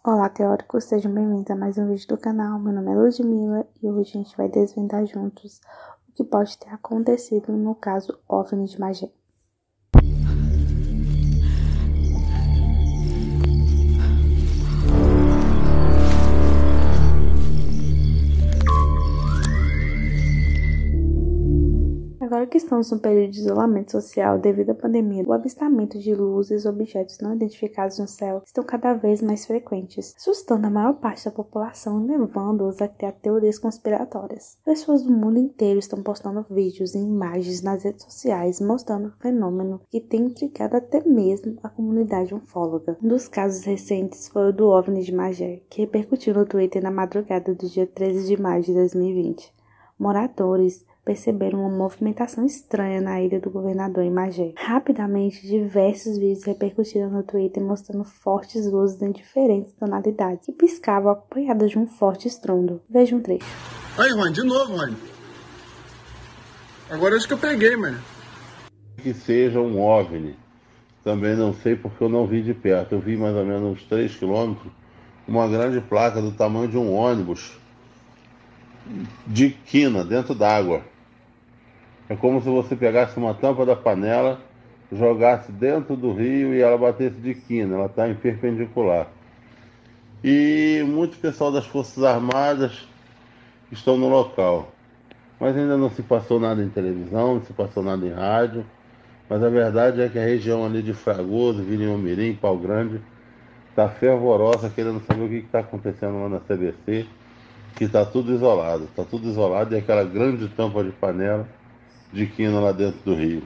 Olá, teóricos, sejam bem-vindos a mais um vídeo do canal. Meu nome é Ludmilla e hoje a gente vai desvendar juntos o que pode ter acontecido no caso OVNI de Magé. Agora que estamos no período de isolamento social devido à pandemia, o avistamento de luzes e objetos não identificados no céu estão cada vez mais frequentes, assustando a maior parte da população e levando-os a criar teorias conspiratórias. Pessoas do mundo inteiro estão postando vídeos e imagens nas redes sociais mostrando o fenômeno que tem intrigado até mesmo a comunidade ufóloga. Um dos casos recentes foi o do OVNI de Magé, que repercutiu no Twitter na madrugada do dia 13 de maio de 2020. Moradores perceberam uma movimentação estranha na ilha do governador em Magé. Rapidamente, diversos vídeos repercutiram no Twitter mostrando fortes luzes em diferentes tonalidades que piscavam acompanhadas de um forte estrondo. Veja um trecho. Aí, Rony, de novo, Rony. Agora acho que eu peguei, mano. Que seja um OVNI. Também não sei porque eu não vi de perto. Eu vi mais ou menos uns 3 quilômetros uma grande placa do tamanho de um ônibus de quina dentro d'água. É como se você pegasse uma tampa da panela, jogasse dentro do rio e ela batesse de quina. Ela está em perpendicular. E muito pessoal das Forças Armadas estão no local. Mas ainda não se passou nada em televisão, não se passou nada em rádio. Mas a verdade é que a região ali de Fragoso, Virinhomirim, Pau Grande, está fervorosa, querendo saber o que está acontecendo lá na CBC, que está tudo isolado e aquela grande tampa de panela de quina lá dentro do rio.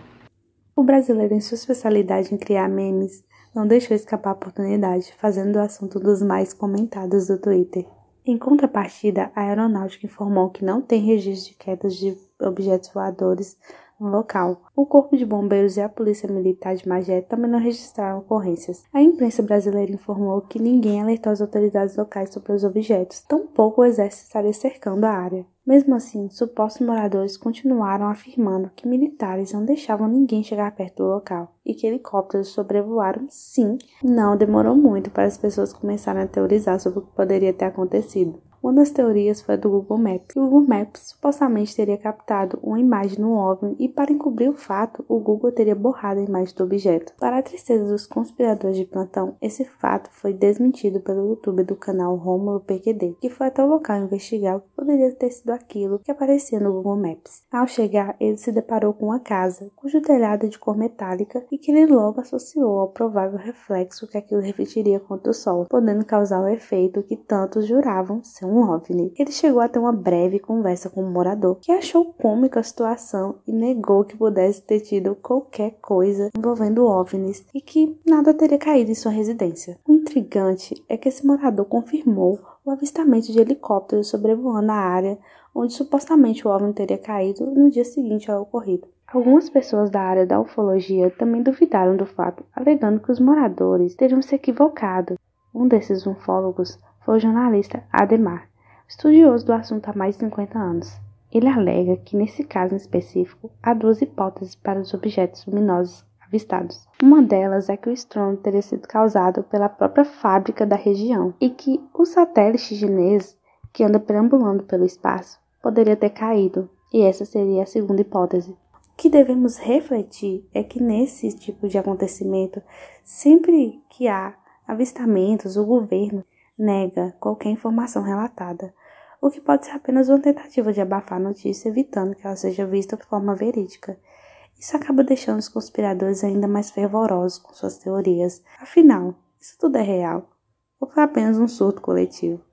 O brasileiro, em sua especialidade em criar memes, não deixou escapar a oportunidade, fazendo o assunto dos mais comentados do Twitter. Em contrapartida, a aeronáutica informou que não tem registro de quedas de objetos voadores no local. O Corpo de Bombeiros e a Polícia Militar de Magé também não registraram ocorrências. A imprensa brasileira informou que ninguém alertou as autoridades locais sobre os objetos, tampouco o exército estaria cercando a área. Mesmo assim, supostos moradores continuaram afirmando que militares não deixavam ninguém chegar perto do local e que helicópteros sobrevoaram sim. Não demorou muito para as pessoas começarem a teorizar sobre o que poderia ter acontecido. Uma das teorias foi a do Google Maps. O Google Maps supostamente teria captado uma imagem no OVNI e, para encobrir o fato, o Google teria borrado a imagem do objeto. Para a tristeza dos conspiradores de plantão, esse fato foi desmentido pelo YouTube do canal Rômulo PQD, que foi até o local investigar o que poderia ter sido aquilo que aparecia no Google Maps. Ao chegar, ele se deparou com uma casa, cujo telhado é de cor metálica e que ele logo associou ao provável reflexo que aquilo refletiria contra o sol, podendo causar o efeito que tantos juravam ser um OVNI. Ele chegou a ter uma breve conversa com um morador, que achou cômica a situação e negou que pudesse ter tido qualquer coisa envolvendo OVNIs e que nada teria caído em sua residência. O intrigante é que esse morador confirmou o avistamento de helicópteros sobrevoando a área onde supostamente o OVNI teria caído no dia seguinte ao ocorrido. Algumas pessoas da área da ufologia também duvidaram do fato, alegando que os moradores teriam se equivocado. Um desses ufólogos foi o jornalista Ademar, estudioso do assunto há mais de 50 anos. Ele alega que, nesse caso em específico, há duas hipóteses para os objetos luminosos avistados. Uma delas é que o estrondo teria sido causado pela própria fábrica da região e que o satélite chinês, que anda perambulando pelo espaço, poderia ter caído, e essa seria a segunda hipótese. O que devemos refletir é que nesse tipo de acontecimento, sempre que há avistamentos, o governo nega qualquer informação relatada, o que pode ser apenas uma tentativa de abafar a notícia, evitando que ela seja vista de forma verídica. Isso acaba deixando os conspiradores ainda mais fervorosos com suas teorias. Afinal, isso tudo é real? Ou foi apenas um surto coletivo?